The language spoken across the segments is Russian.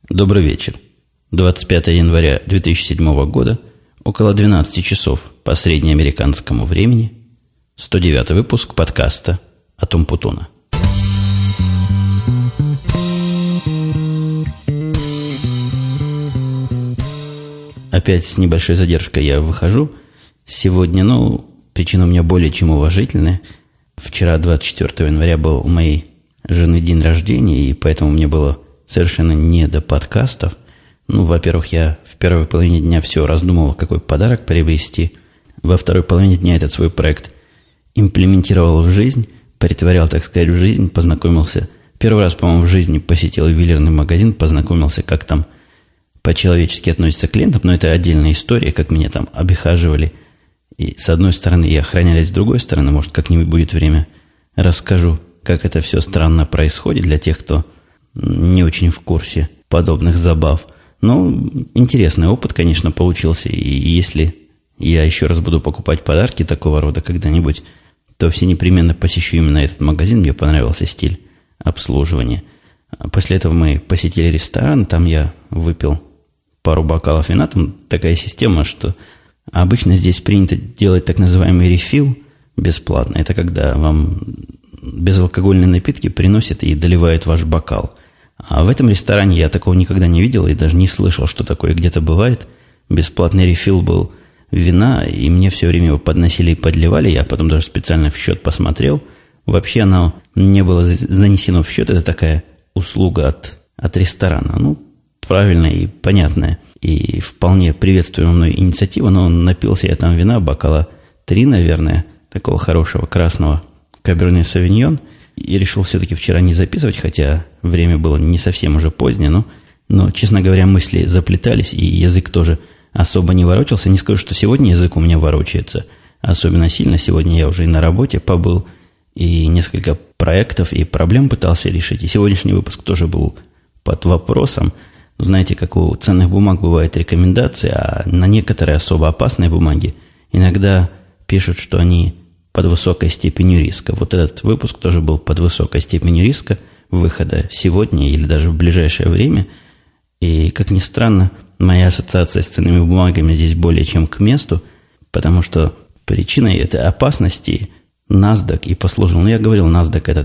Добрый вечер. 25 января 2007 года, около 12 часов по среднеамериканскому времени, 109 выпуск подкаста «Атум Путуна». Опять с небольшой задержкой я выхожу. Сегодня, причина у меня более чем уважительная. Вчера, 24 января, был у моей жены день рождения, и поэтому мне было совершенно не до подкастов. Во-первых, я в первой половине дня все раздумывал, какой подарок приобрести. Во второй половине дня этот свой проект имплементировал в жизнь, притворял, так сказать, в жизнь, познакомился. Первый раз, по-моему, в жизни посетил ювелирный магазин, познакомился, как там по-человечески относятся к клиентам, но это отдельная история, как меня там обихаживали. И с одной стороны и охранялись, с другой стороны, может, как-нибудь будет время, расскажу, как это все странно происходит для тех, кто не очень в курсе подобных забав. Интересный опыт, конечно, получился. И если я еще раз буду покупать подарки такого рода когда-нибудь, то все непременно посещу именно этот магазин. Мне понравился стиль обслуживания. После этого мы посетили ресторан. Там я выпил пару бокалов вина. Там такая система, что обычно здесь принято делать так называемый рефил бесплатно. Это когда вам безалкогольные напитки приносят и доливают ваш бокал. А в этом ресторане я такого никогда не видел и даже не слышал, что такое где-то бывает. Бесплатный рефил был вина, и мне все время его подносили и подливали. Я потом даже специально в счет посмотрел. Вообще оно не было занесено в счет. Это такая услуга от ресторана. Правильная и понятная. И вполне приветствуемая мной инициатива. Но напился я там вина, бокала 3, наверное, такого хорошего красного Каберне Савиньон. И решил все-таки вчера не записывать, хотя время было не совсем уже позднее. Но, честно говоря, мысли заплетались, и язык тоже особо не ворочался. Не скажу, что сегодня язык у меня ворочается особенно сильно. Сегодня я уже и на работе побыл, и несколько проектов и проблем пытался решить. И сегодняшний выпуск тоже был под вопросом. Знаете, как у ценных бумаг бывают рекомендации, а на некоторые особо опасные бумаги иногда пишут, что они под высокой степенью риска. Вот этот выпуск тоже был под высокой степенью риска выхода сегодня или даже в ближайшее время. И, как ни странно, моя ассоциация с ценными бумагами здесь более чем к месту, потому что причиной этой опасности NASDAQ и послужил. Я говорил, NASDAQ это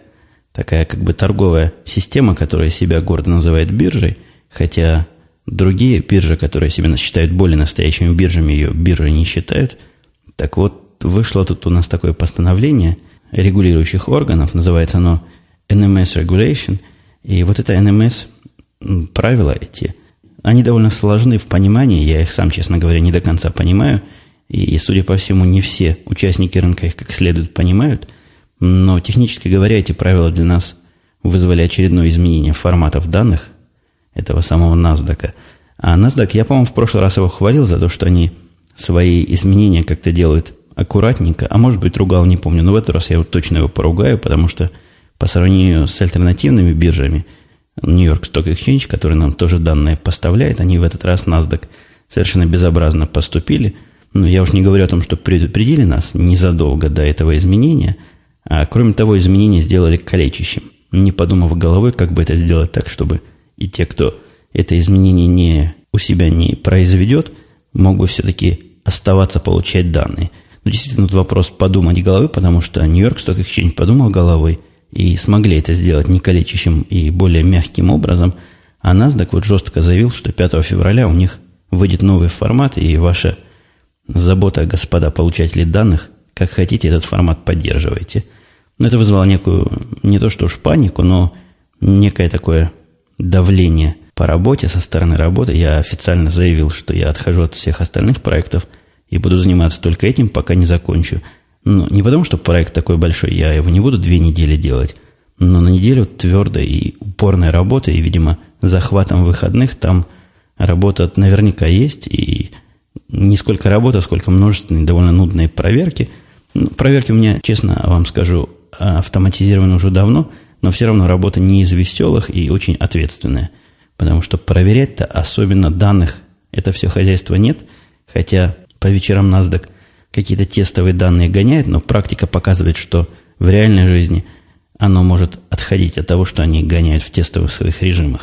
такая как бы торговая система, которая себя гордо называет биржей, хотя другие биржи, которые себя считают более настоящими биржами, ее биржей не считают. Так вот, вышло тут у нас такое постановление регулирующих органов, называется оно NMS Regulation, и вот это NMS, правила эти, они довольно сложны в понимании, я их сам, честно говоря, не до конца понимаю, и, судя по всему, не все участники рынка их как следует понимают, но, технически говоря, эти правила для нас вызвали очередное изменение форматов данных этого самого NASDAQ. А NASDAQ, я, по-моему, в прошлый раз его хвалил за то, что они свои изменения как-то делают аккуратненько, а может быть, ругал, не помню, но в этот раз я точно его поругаю, потому что по сравнению с альтернативными биржами, New York Stock Exchange, который нам тоже данные поставляет, они в этот раз NASDAQ совершенно безобразно поступили. Я уж не говорю о том, что предупредили нас незадолго до этого изменения, а кроме того, изменения сделали калечащим, не подумав головой, как бы это сделать так, чтобы и те, кто это изменение у себя не произведет, мог бы все-таки оставаться получать данные. Действительно, тут вопрос подумать головой, потому что New York Stock Exchange подумал головой и смогли это сделать не калечащим и более мягким образом, а NASDAQ вот жестко заявил, что 5 февраля у них выйдет новый формат, и ваша забота, господа получатели данных, как хотите, этот формат поддерживайте. Это вызвало некую, не то что уж панику, но некое такое давление по работе со стороны работы. Я официально заявил, что я отхожу от всех остальных проектов и буду заниматься только этим, пока не закончу. Не потому, что проект такой большой, я его не буду 2 недели делать, но на неделю твердой и упорной работы, и, видимо, захватом выходных там работа наверняка есть, и не сколько работы, сколько множественные, довольно нудные проверки. Проверки у меня, честно вам скажу, автоматизированы уже давно, но все равно работа не из веселых и очень ответственная, потому что проверять-то особенно данных это все хозяйство нет, хотя по вечерам NASDAQ какие-то тестовые данные гоняет, но практика показывает, что в реальной жизни оно может отходить от того, что они гоняют в тестовых своих режимах.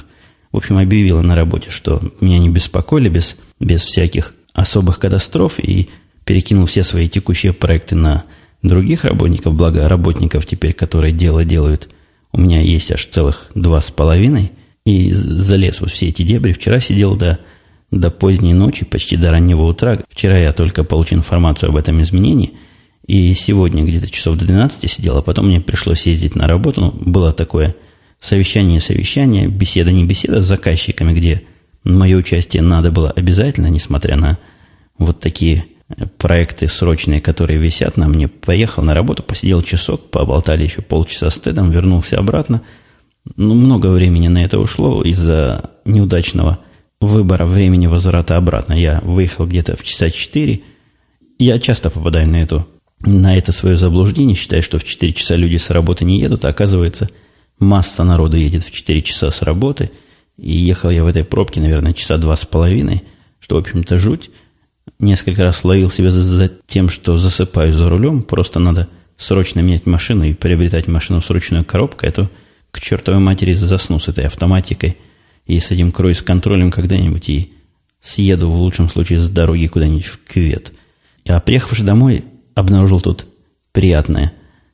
В общем, объявила на работе, что меня не беспокоили без всяких особых катастроф, и перекинул все свои текущие проекты на других работников, благо работников теперь, которые дело делают, у меня есть аж целых 2,5, и залез во все эти дебри. Вчера сидел до поздней ночи, почти до раннего утра. Вчера я только получил информацию об этом изменении, и сегодня где-то часов до 12 сидел, а потом мне пришлось ездить на работу. Ну, было такое совещание, беседа, не беседа с заказчиками, где мое участие надо было обязательно, несмотря на вот такие проекты срочные, которые висят на мне. Поехал на работу, посидел часок, поболтали еще полчаса с Тедом, вернулся обратно. Ну, много времени на это ушло из-за неудачного выбора времени возврата обратно. Я выехал где-то в часа 4. Я часто попадаю на это свое заблуждение, считаю, что в 4 часа люди с работы не едут, а оказывается, масса народу едет в 4 часа с работы, и ехал я в этой пробке, наверное, часа 2,5, что, в общем-то, жуть. Несколько раз ловил себя за тем, что засыпаю за рулем, просто надо срочно менять машину и приобретать машину с ручной коробкой, а то к чертовой матери засну с этой автоматикой и с этим круиз-контролем когда-нибудь и съеду в лучшем случае с дороги куда-нибудь в кювет. А приехавши домой, обнаружил тут приятную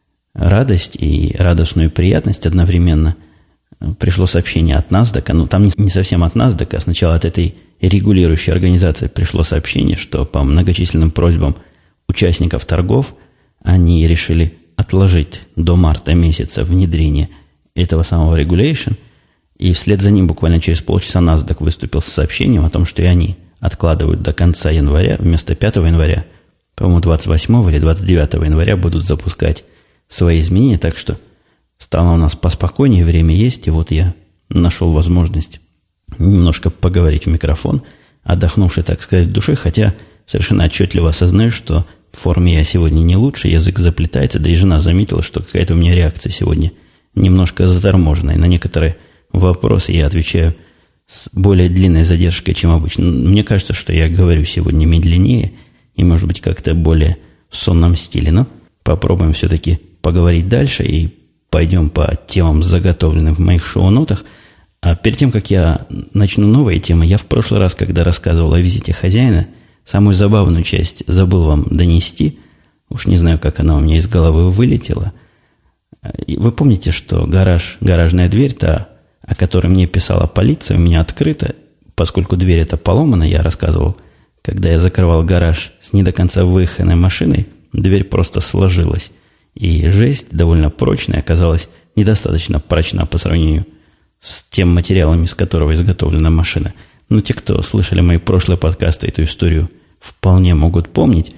радость и радостную приятность одновременно. Пришло сообщение от NASDAQ, ну там не совсем от NASDAQ, а сначала от этой регулирующей организации пришло сообщение, что по многочисленным просьбам участников торгов они решили отложить до марта месяца внедрение этого самого regulation, и вслед за ним буквально через полчаса NASDAQ выступил с сообщением о том, что и они откладывают до конца января, вместо 5 января, по-моему, 28 или 29 января будут запускать свои изменения, так что стало у нас поспокойнее, время есть, и вот я нашел возможность немножко поговорить в микрофон, отдохнувший, так сказать, душой, хотя совершенно отчетливо осознаю, что в форме я сегодня не лучше, язык заплетается, да и жена заметила, что какая-то у меня реакция сегодня немножко заторможенная. На некоторые вопросы я отвечаю с более длинной задержкой, чем обычно. Мне кажется, что я говорю сегодня медленнее и, может быть, как-то более в сонном стиле, но попробуем все-таки поговорить дальше и пойдем по темам, заготовленным в моих шоу-нотах. А перед тем, как я начну новые темы, я в прошлый раз, когда рассказывал о визите хозяина, самую забавную часть забыл вам донести. Уж не знаю, как она у меня из головы вылетела. Вы помните, что гаражная дверь, та, о которой мне писала полиция, у меня открыта, поскольку дверь эта поломана, я рассказывал, когда я закрывал гараж с не до конца выеханной машиной, дверь просто сложилась. И жесть, довольно прочная, оказалась недостаточно прочна по сравнению с тем материалом, из которого изготовлена машина. Но те, кто слышали мои прошлые подкасты, эту историю вполне могут помнить.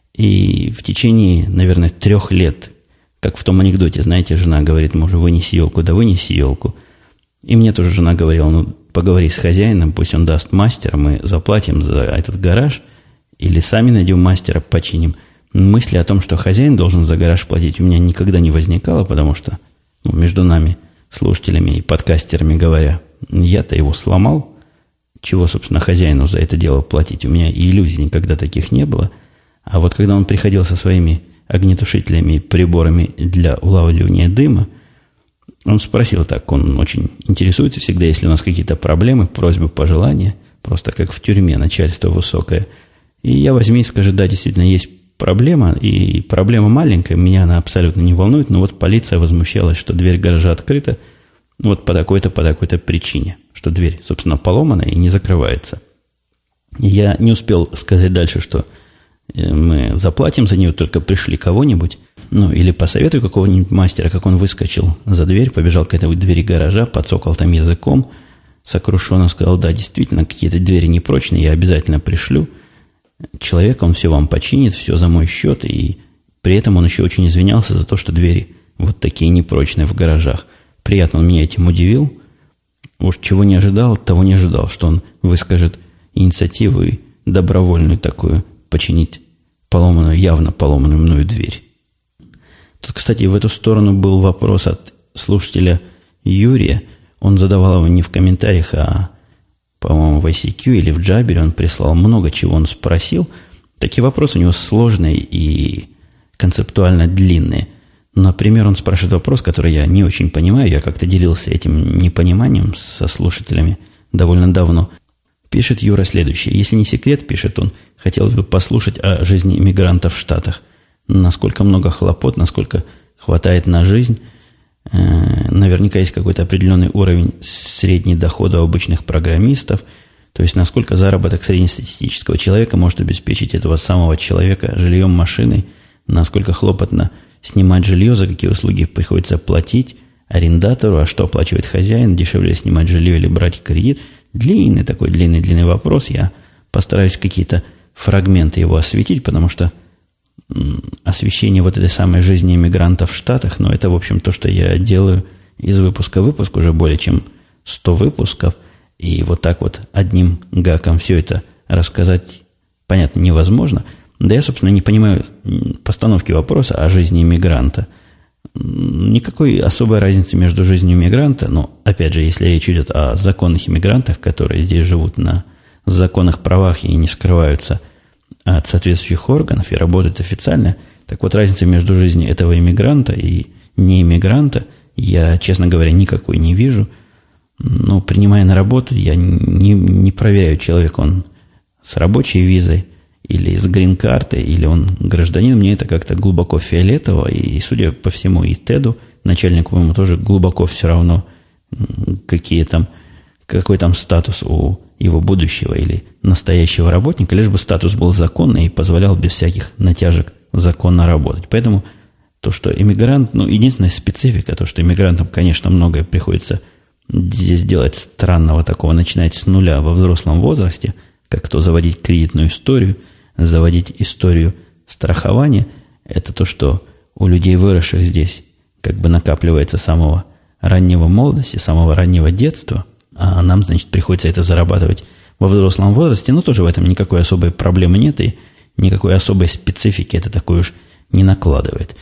И в течение, наверное, 3 лет, как в том анекдоте, знаете, жена говорит мужу: вынеси елку, да вынеси елку. И мне тоже жена говорила: ну, поговори с хозяином, пусть он даст мастера, мы заплатим за этот гараж, или сами найдем мастера, починим. Мысли о том, что хозяин должен за гараж платить, у меня никогда не возникало, потому что, ну, между нами, слушателями и подкастерами говоря, я-то его сломал. Чего, собственно, хозяину за это дело платить? У меня и иллюзий никогда таких не было. А вот когда он приходил со своими огнетушителями и приборами для улавливания дыма, он спросил так, он очень интересуется всегда, если у нас какие-то проблемы, просьбы, пожелания, просто как в тюрьме, начальство высокое. И я возьми и скажи: да, действительно, есть проблема, и проблема маленькая, меня она абсолютно не волнует, но вот полиция возмущалась, что дверь гаража открыта, вот по такой-то причине, что дверь, собственно, поломана и не закрывается. Я не успел сказать дальше, что мы заплатим за нее, только пришли кого-нибудь, ну, или посоветую какого-нибудь мастера, как он выскочил за дверь, побежал к этой двери гаража, подцокал там языком, сокрушенно сказал: да, действительно, какие-то двери непрочные, я обязательно пришлю человека, он все вам починит, все за мой счет, и при этом он еще очень извинялся за то, что двери вот такие непрочные в гаражах. Приятно он меня этим удивил. Уж чего не ожидал, того не ожидал, что он выскажет инициативу и добровольную такую починить явно поломанную мною дверь. Тут, кстати, в эту сторону был вопрос от слушателя Юрия. Он задавал его не в комментариях, а, по-моему, в ICQ или в Джабере. Он прислал много чего, он спросил. Такие вопросы у него сложные и концептуально длинные. Например, он спрашивает вопрос, который я не очень понимаю. Я как-то делился этим непониманием со слушателями довольно давно. Пишет Юра следующее. Если не секрет, пишет он, хотелось бы послушать о жизни иммигрантов в Штатах. Насколько много хлопот, насколько хватает на жизнь. Наверняка есть какой-то определенный уровень средней дохода у обычных программистов. То есть, насколько заработок среднестатистического человека может обеспечить этого самого человека жильем, машиной. Насколько хлопотно снимать жилье, за какие услуги приходится платить арендатору, а что оплачивает хозяин, дешевле снимать жилье или брать кредит. Длинный вопрос. Я постараюсь какие-то фрагменты его осветить, потому что освещение вот этой самой жизни иммигрантов в Штатах, но это, в общем, то, что я делаю из выпуска в выпуск, уже более чем 100 выпусков, и вот так вот одним гаком все это рассказать, понятно, невозможно. Да я, собственно, не понимаю постановки вопроса о жизни иммигранта. Никакой особой разницы между жизнью иммигранта, но, опять же, если речь идет о законных иммигрантах, которые здесь живут на законных правах и не скрываются от соответствующих органов и работают официально, так вот разница между жизнью этого иммигранта и неиммигранта я, честно говоря, никакой не вижу. Но, принимая на работу, я не проверяю, человек он с рабочей визой или с грин-картой, или он гражданин. Мне это как-то глубоко фиолетово, и, судя по всему, и Теду, начальнику ему тоже глубоко все равно, какой там статус у его будущего или настоящего работника, лишь бы статус был законный и позволял без всяких натяжек законно работать. Поэтому то, что иммигрант, единственная специфика, то, что иммигрантам, конечно, многое приходится здесь делать странного такого, начинать с нуля во взрослом возрасте, как то заводить кредитную историю, заводить историю страхования, это то, что у людей, выросших здесь, как бы накапливается с самого раннего молодости, самого раннего детства, а нам, значит, приходится это зарабатывать во взрослом возрасте, но тоже в этом никакой особой проблемы нет, и никакой особой специфики это такой уж не накладывает.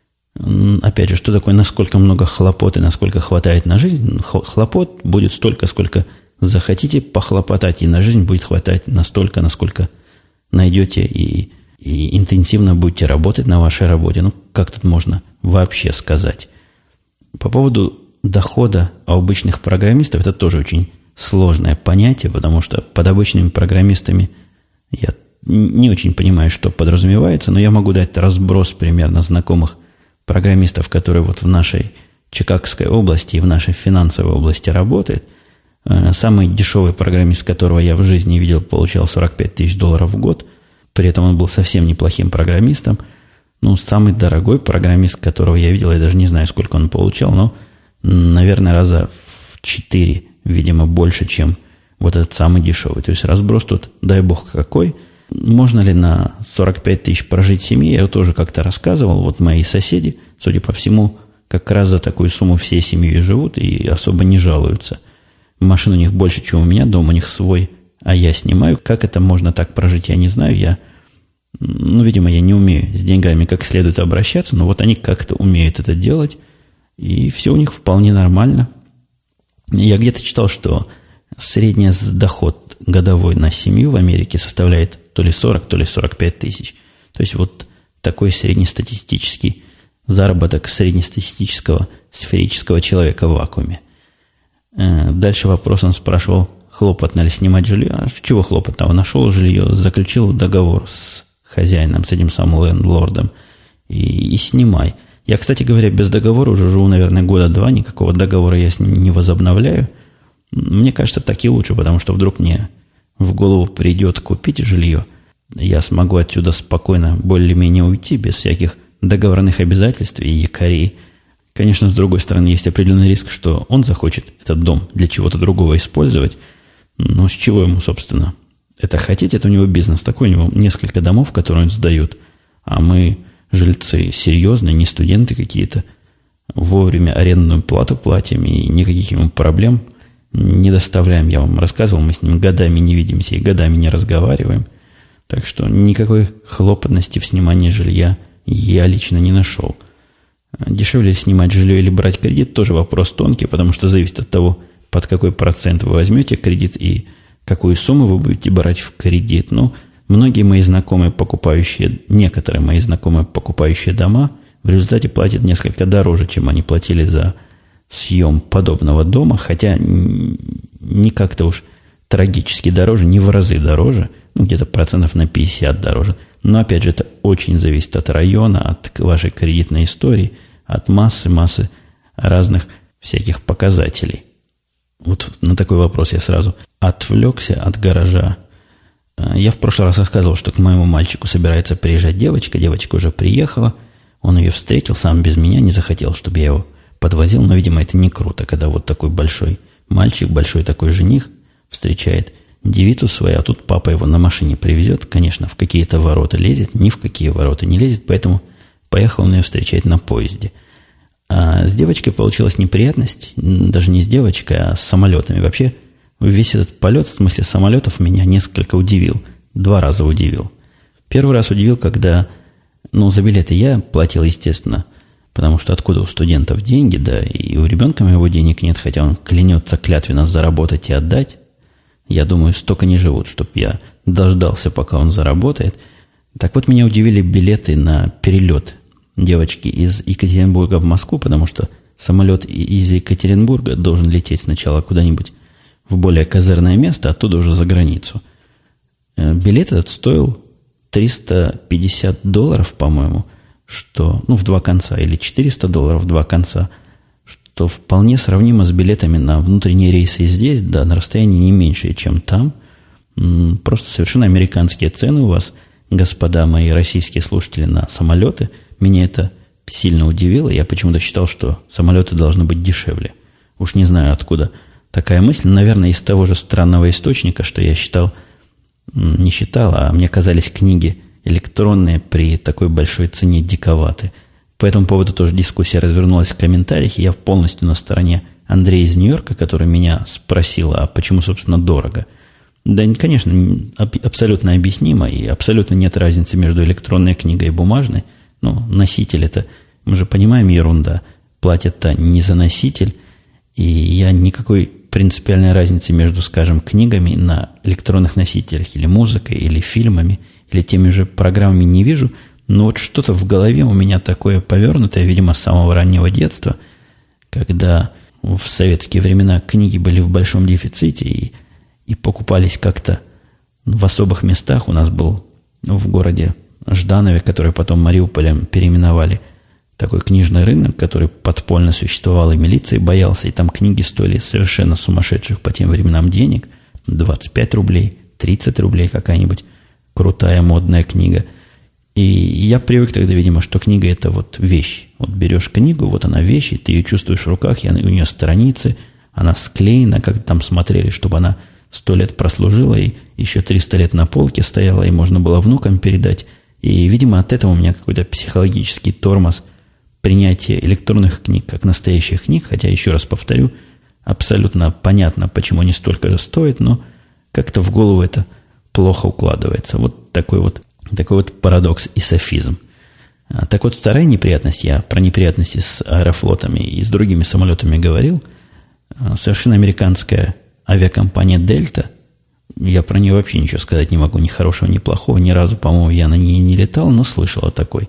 Опять же, что такое, насколько много хлопот и насколько хватает на жизнь? Хлопот будет столько, сколько захотите похлопотать, и на жизнь будет хватать настолько, насколько найдете и интенсивно будете работать на вашей работе. Как тут можно вообще сказать? По поводу дохода у обычных программистов, это тоже очень сложное понятие, потому что под обычными программистами я не очень понимаю, что подразумевается, но я могу дать разброс примерно знакомых программистов, которые вот в нашей Чикагской области и в нашей финансовой области работают. Самый дешевый программист, которого я в жизни видел, получал $45 тысяч в год. При этом он был совсем неплохим программистом. Самый дорогой программист, которого я видел, я даже не знаю, сколько он получал, но, наверное, раза в 4, видимо, больше, чем вот этот самый дешевый. То есть разброс тут, дай бог, какой. Можно ли на 45 тысяч прожить семьей? Я тоже как-то рассказывал. Вот мои соседи, судя по всему, как раз за такую сумму всей семьей живут и особо не жалуются. Машин у них больше, чем у меня, дом у них свой, а я снимаю. Как это можно так прожить, я не знаю. Видимо, я не умею с деньгами как следует обращаться, но вот они как-то умеют это делать, и все у них вполне нормально. Я где-то читал, что средний доход годовой на семью в Америке составляет то ли 40, то ли 45 тысяч. То есть вот такой среднестатистический заработок среднестатистического сферического человека в вакууме. Дальше вопрос он спрашивал, хлопотно ли снимать жилье. А чего хлопотного? Нашел жилье, заключил договор с хозяином, с этим самым лендлордом, и снимай. Я, кстати говоря, без договора уже живу, наверное, 2 года, никакого договора я с ним не возобновляю. Мне кажется, так и лучше, потому что вдруг мне в голову придет купить жилье, я смогу отсюда спокойно более-менее уйти, без всяких договорных обязательств и якорей. Конечно, с другой стороны, есть определенный риск, что он захочет этот дом для чего-то другого использовать. Но с чего ему, собственно, это хотеть? Это у него бизнес такой, у него несколько домов, которые он сдает, а мы, жильцы, серьезные, не студенты какие-то, вовремя арендную плату платим и никаких ему проблем не доставляем. Я вам рассказывал, мы с ним годами не видимся и годами не разговариваем. Так что никакой хлопотности в снимании жилья я лично не нашел. Дешевле снимать жилье или брать кредит, тоже вопрос тонкий, потому что зависит от того, под какой процент вы возьмете кредит и какую сумму вы будете брать в кредит. Многие мои знакомые некоторые мои знакомые покупающие дома в результате платят несколько дороже, чем они платили за съем подобного дома, хотя не как-то уж трагически дороже, не в разы дороже, ну, где-то процентов на 50 дороже. Но, опять же, это очень зависит от района, от вашей кредитной истории, от массы разных всяких показателей. Вот на такой вопрос я сразу отвлекся от гаража. Я в прошлый раз рассказывал, что к моему мальчику собирается приезжать девочка. Девочка уже приехала. Он ее встретил, сам без меня, не захотел, чтобы я его подвозил. Но, видимо, это не круто, когда вот такой большой мальчик, большой такой жених встречает девицу свою, а тут папа его на машине привезет. Конечно, в какие-то ворота лезет, ни в какие ворота не лезет, поэтому поехал он ее встречать на поезде. А с девочкой получилась неприятность, даже не с девочкой, а с самолетами. Вообще, весь этот полет, в смысле самолетов, меня несколько удивил. 2 раза удивил. Первый раз удивил, когда, за билеты я платил, естественно, потому что откуда у студентов деньги, да, и у ребенка моего денег нет, хотя он клянется клятвенно заработать и отдать. Я думаю, столько не живут, чтоб я дождался, пока он заработает. Так вот, меня удивили билеты на перелет девочки из Екатеринбурга в Москву, потому что самолет из Екатеринбурга должен лететь сначала куда-нибудь в более козырное место, оттуда уже за границу. Билет этот стоил $350, по-моему, что, в 2 конца, или $400 в 2 конца, что вполне сравнимо с билетами на внутренние рейсы здесь, да, на расстоянии не меньше, чем там. Просто совершенно американские цены у вас, господа мои российские слушатели, на самолеты. Меня это сильно удивило. Я почему-то считал, что самолеты должны быть дешевле. Уж не знаю, откуда такая мысль. Наверное, из того же странного источника, что я не считал, а мне казались книги электронные при такой большой цене диковаты. По этому поводу тоже дискуссия развернулась в комментариях, и я полностью на стороне Андрея из Нью-Йорка, который меня спросил, а почему, собственно, дорого. Да, конечно, абсолютно объяснимо, и абсолютно нет разницы между электронной книгой и бумажной. Носитель это, мы же понимаем, ерунда. Платят-то не за носитель, и я никакой принципиальной разницы между, скажем, книгами на электронных носителях, или музыкой, или фильмами, или теми же программами не вижу. Но вот что-то в голове у меня такое повернутое, видимо, с самого раннего детства, когда в советские времена книги были в большом дефиците и покупались как-то в особых местах. У нас был в городе Жданове, который потом Мариуполем переименовали, такой книжный рынок, который подпольно существовал, и милиции боялся, и там книги стоили совершенно сумасшедших по тем временам денег, 25 рублей, 30 рублей какая-нибудь крутая модная книга. И я привык тогда, видимо, что книга – это вот вещь. Вот берешь книгу, вот она вещь, и ты ее чувствуешь в руках, и у нее страницы, она склеена, как там смотрели, чтобы она 100 лет прослужила, и еще 300 лет на полке стояла, и можно было внукам передать. И, видимо, от этого у меня какой-то психологический тормоз принятия электронных книг как настоящих книг, хотя, еще раз повторю, абсолютно понятно, почему они столько же стоят, но как-то в голову это плохо укладывается. Вот такой вот парадокс и софизм. Так вот, вторая неприятность, я про неприятности с аэрофлотами и с другими самолетами говорил, совершенно американская авиакомпания «Дельта», я про нее вообще ничего сказать не могу, ни хорошего, ни плохого, ни разу, по-моему, я на ней не летал, но слышал о такой.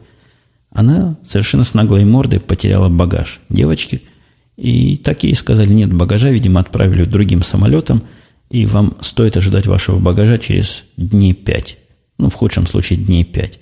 Она совершенно с наглой мордой потеряла багаж девочки, и так ей сказали, нет багажа, видимо, отправили другим самолетом, и вам стоит ожидать вашего багажа через дней 5. В худшем случае дней 5.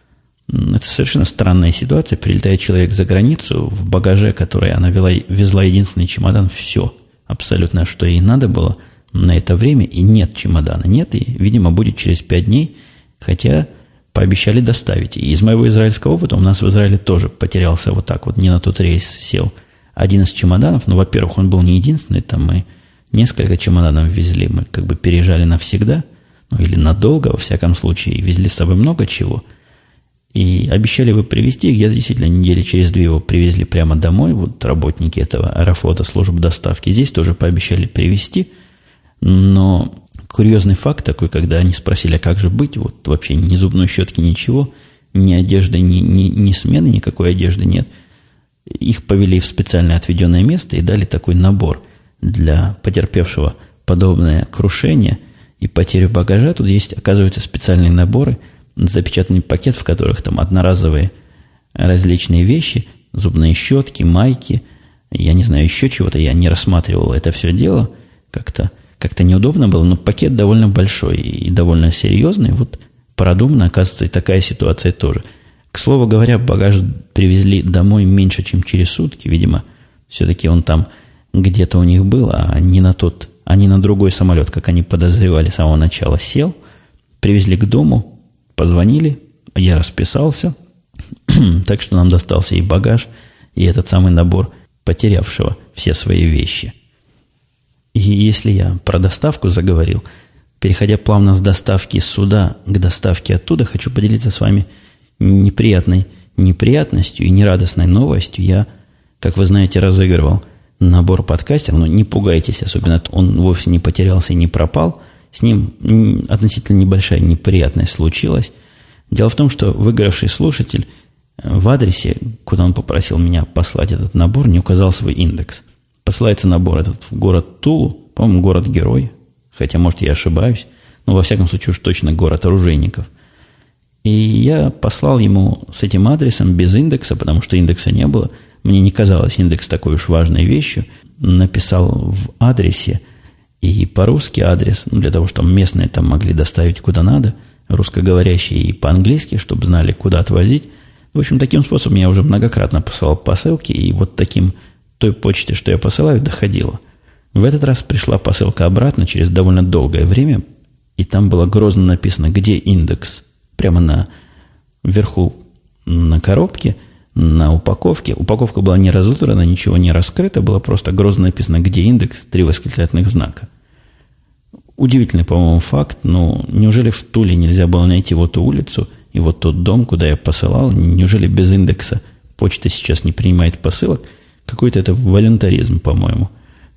Это совершенно странная ситуация. Прилетает человек за границу, в багаже, который она везла единственный чемодан, все, абсолютно, что ей надо было на это время, и нет чемодана, нет, и, видимо, будет через 5 дней, хотя пообещали доставить. И из моего израильского опыта у нас в Израиле тоже потерялся вот так вот, не на тот рейс сел один из чемоданов. Во-первых, он был не единственный, там мы несколько чемоданов везли, мы как бы переезжали навсегда, или надолго, во всяком случае, и везли с собой много чего. И обещали его привезти, где-то действительно недели через 2 его привезли прямо домой, вот работники этого Аэрофлота, службы доставки. Здесь тоже пообещали привезти, но курьезный факт такой, когда они спросили, а как же быть, вот вообще ни зубной щетки, ничего, ни одежды, ни смены, никакой одежды нет. Их повели в специально отведенное место и дали такой набор для потерпевшего подобное крушение и потерю багажа. Тут есть, оказывается, специальные наборы, запечатанный пакет, в которых там одноразовые различные вещи, зубные щетки, майки, я не знаю, еще чего-то, я не рассматривал это все дело, как-то неудобно было, но пакет довольно большой и довольно серьезный. Вот продумано, оказывается, и такая ситуация тоже. К слову говоря, багаж привезли домой меньше, чем через сутки. Видимо, все-таки он там где-то у них был, а не на другой самолет, как они подозревали с самого начала, сел. Привезли к дому, позвонили, я расписался. Так что нам достался и багаж, и этот самый набор потерявшего все свои вещи. И если я про доставку заговорил, переходя плавно с доставки сюда к доставке оттуда, хочу поделиться с вами неприятной неприятностью и нерадостной новостью. Я, как вы знаете, разыгрывал набор подкастеров, но не пугайтесь, особенно он вовсе не потерялся и не пропал. С ним относительно небольшая неприятность случилась. Дело в том, что выигравший слушатель в адресе, куда он попросил меня послать этот набор, не указал свой индекс. Посылается набор этот в город Тулу, по-моему, город-герой, хотя, может, я ошибаюсь, но, во всяком случае, уж точно город оружейников. И я послал ему с этим адресом без индекса, потому что индекса не было. Мне не казалось индекс такой уж важной вещью. Написал в адресе и по-русски адрес, для того, чтобы местные там могли доставить куда надо, русскоговорящие и по-английски, чтобы знали, куда отвозить. В общем, таким способом я уже многократно посылал посылки, и вот таким той почте, что я посылаю, доходило. В этот раз пришла посылка обратно через довольно долгое время, и там было грозно написано, где индекс. Прямо вверху на коробке, на упаковке. Упаковка была не разутрана, ничего не раскрыто, было просто грозно написано, где индекс, 3 восклицательных знака. Удивительный, по-моему, факт, но неужели в Туле нельзя было найти вот ту улицу и вот тот дом, куда я посылал? Неужели без индекса почта сейчас не принимает посылок? Какой-то это волюнтаризм, по-моему.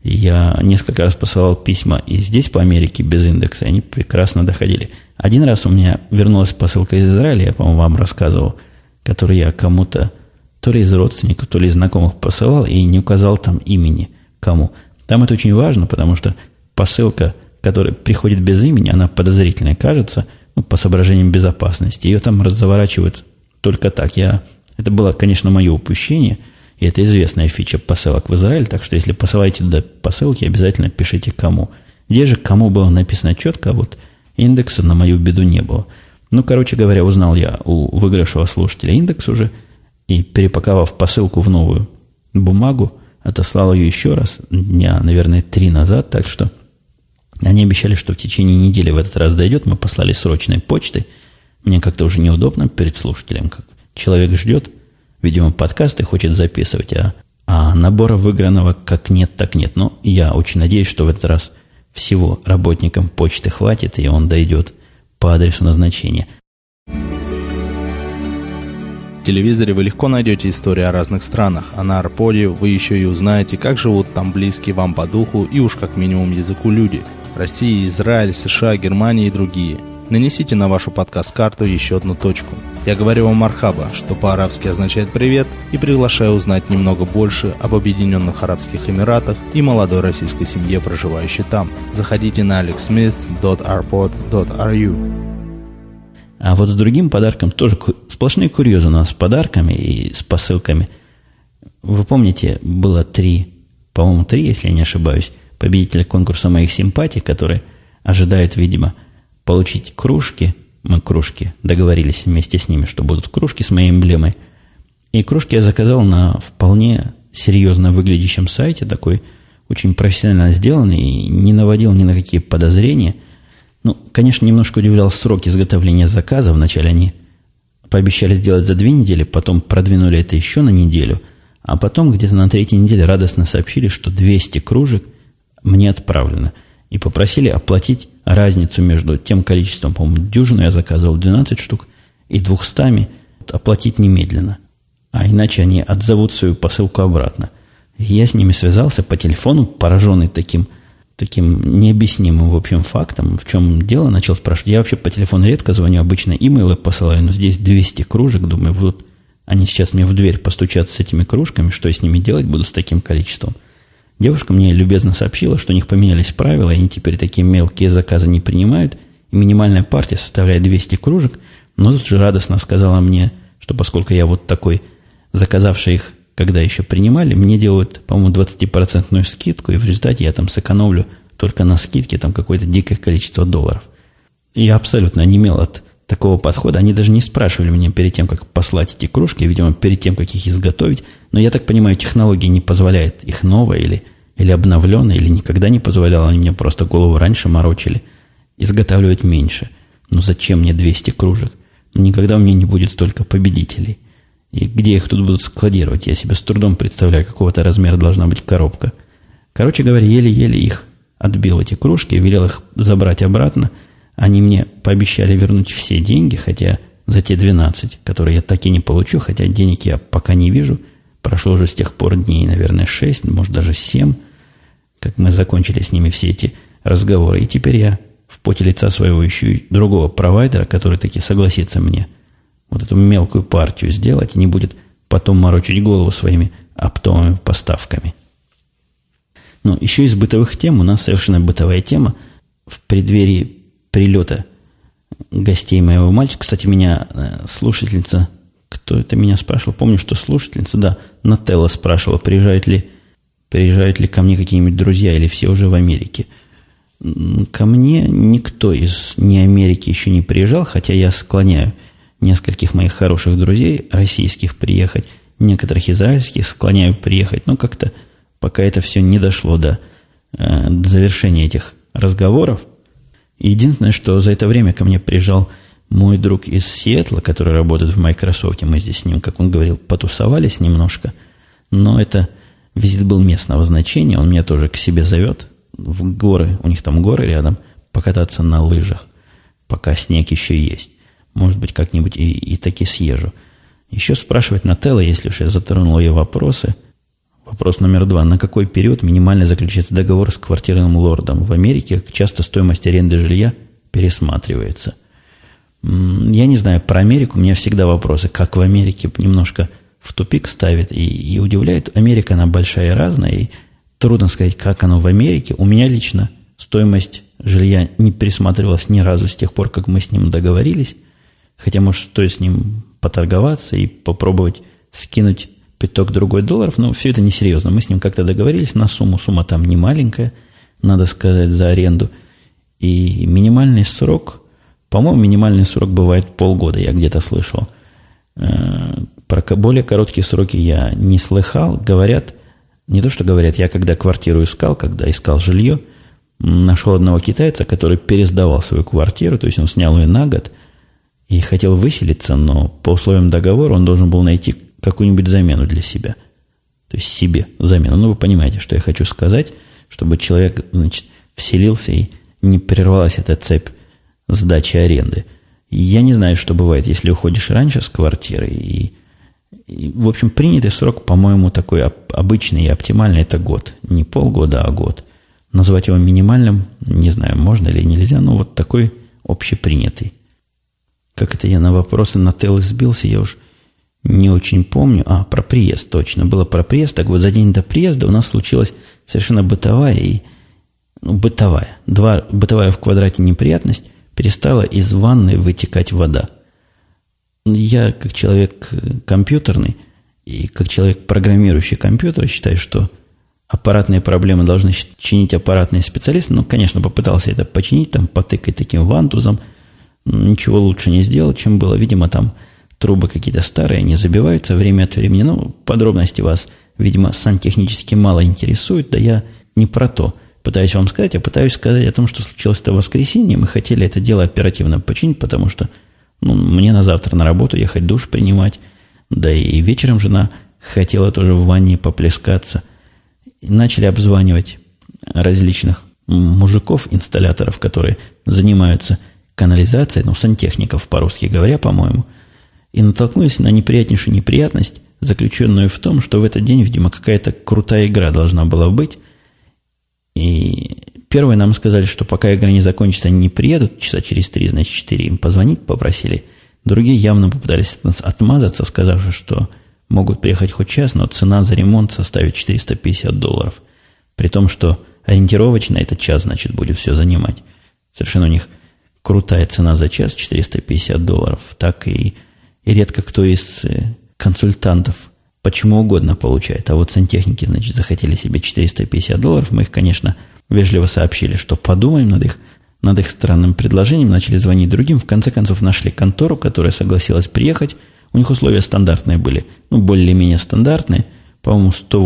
Я несколько раз посылал письма и здесь, по Америке, без индекса, и они прекрасно доходили. Один раз у меня вернулась посылка из Израиля, я, по-моему, вам рассказывал, которую я кому-то, то ли из родственников, то ли из знакомых посылал, и не указал там имени кому. Там это очень важно, потому что посылка, которая приходит без имени, она подозрительная кажется, по соображениям безопасности. Ее там разворачивают только так. Это было, конечно, мое упущение, и это известная фича посылок в Израиль, так что если посылаете туда посылки, обязательно пишите кому. Здесь же кому было написано четко, а вот индекса на мою беду не было. Короче говоря, узнал я у выигравшего слушателя индекс уже, и, перепаковав посылку в новую бумагу, отослал ее еще раз, дня, наверное, 3 назад, так что они обещали, что в течение недели в этот раз дойдет. Мы послали срочной почтой. Мне как-то уже неудобно перед слушателем. Как человек ждет, видимо, подкасты хочет записывать, а набора выигранного как нет, так нет. Но я очень надеюсь, что в этот раз всего работникам почты хватит, и он дойдет по адресу назначения. В телевизоре вы легко найдете истории о разных странах, а на Арподе вы еще и узнаете, как живут там близкие вам по духу и уж как минимум языку люди. Россия, Израиль, США, Германия и другие. Нанесите на вашу подкаст-карту еще одну точку. Я говорю вам мархаба, что по-арабски означает привет, и приглашаю узнать немного больше об Объединенных Арабских Эмиратах и молодой российской семье, проживающей там. Заходите на alexsmith.arpod.ru. А вот с другим подарком тоже сплошные курьезы у нас с подарками и с посылками. Вы помните, было 3, если я не ошибаюсь, победителя конкурса моих симпатий, которые ожидают, видимо, получить кружки. Мы кружки договорились вместе с ними, что будут кружки с моей эмблемой. И кружки я заказал на вполне серьезно выглядящем сайте, такой очень профессионально сделанный, и не наводил ни на какие подозрения. Конечно, немножко удивлял срок изготовления заказа. Вначале они пообещали сделать за 2 недели, потом продвинули это еще на неделю, а потом где-то на 3-й неделе радостно сообщили, что 200 кружек мне отправлено. И попросили оплатить разницу между тем количеством, по-моему, дюжину я заказывал, 12 штук, и 200 оплатить немедленно. А иначе они отзовут свою посылку обратно. Я с ними связался по телефону, пораженный таким необъяснимым, в общем, фактом. В чем дело, начал спрашивать. Я вообще по телефону редко звоню, обычно имейлы посылаю, но здесь 200 кружек, думаю, вот они сейчас мне в дверь постучат с этими кружками, что я с ними делать буду с таким количеством. Девушка мне любезно сообщила, что у них поменялись правила, и они теперь такие мелкие заказы не принимают, и минимальная партия составляет 200 кружек, но тут же радостно сказала мне, что поскольку я вот такой, заказавший их, когда еще принимали, мне делают, по-моему, 20% скидку, и в результате я там сэкономлю только на скидке там какое-то дикое количество долларов. Я абсолютно онемел от такого подхода. Они даже не спрашивали меня перед тем, как послать эти кружки, видимо, перед тем, как их изготовить. Но я так понимаю, технология не позволяет их новое или обновленное, или никогда не позволяла. Они мне просто голову раньше морочили. Изготавливать меньше. Но зачем мне 200 кружек? Никогда у меня не будет столько победителей. И где их тут будут складировать? Я себе с трудом представляю, какого-то размера должна быть коробка. Короче говоря, еле-еле их отбил, эти кружки, велел их забрать обратно. Они мне пообещали вернуть все деньги, хотя за те 12, которые я так и не получу, хотя денег я пока не вижу. Прошло уже с тех пор дней, наверное, 6, может, даже 7, как мы закончили с ними все эти разговоры. И теперь я в поте лица своего ищу другого провайдера, который таки согласится мне вот эту мелкую партию сделать и не будет потом морочить голову своими оптовыми поставками. Но еще из бытовых тем, у нас совершенно бытовая тема. В преддверии прилета гостей моего мальчика, кстати, меня слушательница, кто это меня спрашивал, помню, что слушательница, да, Нателла спрашивала, приезжают ли ко мне какие-нибудь друзья или все уже в Америке. Ко мне никто из не Америки еще не приезжал, хотя я склоняю нескольких моих хороших друзей российских приехать, некоторых израильских склоняю приехать, но как-то пока это все не дошло до завершения этих разговоров. Единственное, что за это время ко мне приезжал мой друг из Сиэтла, который работает в Microsoft, мы здесь с ним, как он говорил, потусовались немножко, но это визит был местного значения, он меня тоже к себе зовет в горы, у них там горы рядом, покататься на лыжах, пока снег еще есть. Может быть, как-нибудь и таки съезжу. Еще спрашивать Нателла, если уж я затронул ее вопросы. Вопрос номер 2. На какой период минимально заключается договор с квартирным лордом? В Америке как часто стоимость аренды жилья пересматривается. Я не знаю, про Америку у меня всегда вопросы. Как в Америке немножко в тупик ставит и удивляет. Америка, она большая и разная, и трудно сказать, как оно в Америке. У меня лично стоимость жилья не пересматривалась ни разу с тех пор, как мы с ним договорились. Хотя, может, стоит с ним поторговаться и попробовать скинуть пяток другой долларов, но все это несерьезно. Мы с ним как-то договорились на сумму. Сумма там не маленькая, надо сказать, за аренду. И минимальный срок, по-моему, минимальный срок бывает полгода, я где-то слышал. Про более короткие сроки я не слыхал. Говорят, не то что говорят, я когда квартиру искал, когда искал жилье, нашел одного китайца, который пересдавал свою квартиру, то есть он снял ее на год и хотел выселиться, но по условиям договора он должен был найти какую-нибудь замену для себя. То есть себе замену. Ну, вы понимаете, что я хочу сказать, чтобы человек, значит, вселился и не прервалась эта цепь сдачи аренды. Я не знаю, что бывает, если уходишь раньше с квартиры. И, в общем, принятый срок, по-моему, такой обычный и оптимальный – это год. Не полгода, а год. Назвать его минимальным, не знаю, можно или нельзя, но вот такой общепринятый. Как это я на вопросы Нателлы сбился, я уж не очень помню. Про приезд, точно. Было про приезд. Так вот, за день до приезда у нас случилась совершенно бытовая бытовая в квадрате неприятность. Перестала из ванны вытекать вода. Я, как человек компьютерный и как человек, программирующий компьютер, считаю, что аппаратные проблемы должны чинить аппаратные специалисты. Ну, конечно, попытался это починить, там, потыкать таким вантузом. Ничего лучше не сделал, чем было. Видимо, там трубы какие-то старые, они забиваются время от времени. Ну, подробности вас, видимо, сантехнически мало интересуют. Да я не про то пытаюсь вам сказать, а пытаюсь сказать о том, что случилось это в воскресенье. Мы хотели это дело оперативно починить, потому что мне на завтра на работу ехать, душ принимать. Да и вечером жена хотела тоже в ванне поплескаться. И начали обзванивать различных мужиков, инсталляторов, которые занимаются канализацией, сантехников, по-русски говоря, по-моему, и натолкнулись на неприятнейшую неприятность, заключенную в том, что в этот день, видимо, какая-то крутая игра должна была быть. И первые нам сказали, что пока игра не закончится, они не приедут, часа через 3, значит 4 им позвонить попросили. Другие явно попытались от нас отмазаться, сказавши, что могут приехать хоть час, но цена за ремонт составит $450. При том, что ориентировочно этот час, значит, будет все занимать. Совершенно у них крутая цена за час, $450. Так и редко кто из консультантов почему угодно получает. А вот сантехники, значит, захотели себе $450. Мы их, конечно, вежливо сообщили, что подумаем над их странным предложением, начали звонить другим. В конце концов нашли контору, которая согласилась приехать. У них условия стандартные были, более-менее стандартные. По-моему,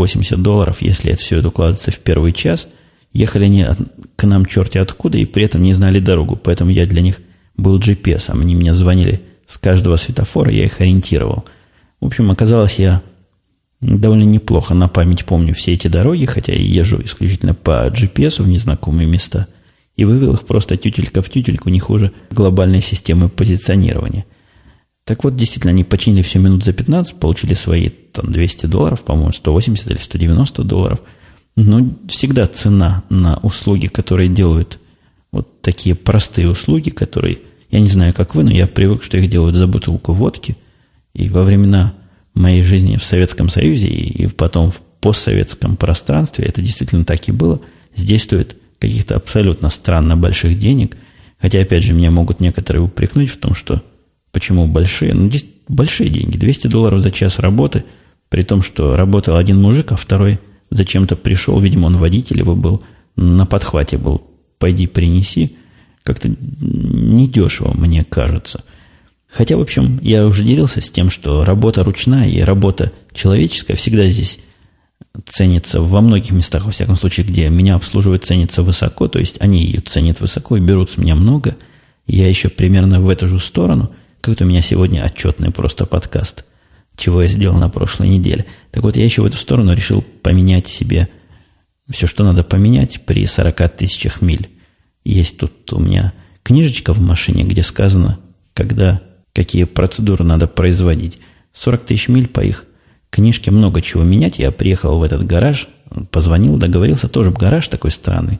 $180, если это все это укладывается в первый час. Ехали они к нам черти откуда и при этом не знали дорогу. Поэтому я для них был GPS. Они мне звонили с каждого светофора, я их ориентировал. В общем, оказалось, я довольно неплохо на память помню все эти дороги, хотя и езжу исключительно по GPS в незнакомые места. И вывел их просто тютелька в тютельку, не хуже глобальной системы позиционирования. Так вот, действительно, они починили все минут за 15, получили свои там $200, по-моему, 180 или $190. Но всегда цена на услуги, которые делают вот такие простые услуги, которые, я не знаю, как вы, но я привык, что их делают за бутылку водки. И во времена моей жизни в Советском Союзе и потом в постсоветском пространстве это действительно так и было. Здесь стоит каких-то абсолютно странно больших денег. Хотя, опять же, меня могут некоторые упрекнуть в том, что почему большие? Здесь большие деньги. $200 за час работы, при том, что работал один мужик, а второй зачем-то пришел, видимо, он водитель его был, на подхвате был. Пойди принеси. Как-то недешево, мне кажется. Хотя, в общем, я уже делился с тем, что работа ручная и работа человеческая всегда здесь ценится во многих местах, во всяком случае, где меня обслуживают, ценится высоко, то есть они ее ценят высоко и берут с меня много. Я еще примерно в эту же сторону, как-то у меня сегодня отчетный просто подкаст, чего я сделал на прошлой неделе. Так вот, я еще в эту сторону решил поменять себе все, что надо поменять при 40 тысячах миль. Есть тут у меня книжечка в машине, где сказано, когда, какие процедуры надо производить. 40 тысяч миль по их книжке много чего менять. Я приехал в этот гараж, позвонил, договорился, тоже гараж такой странный.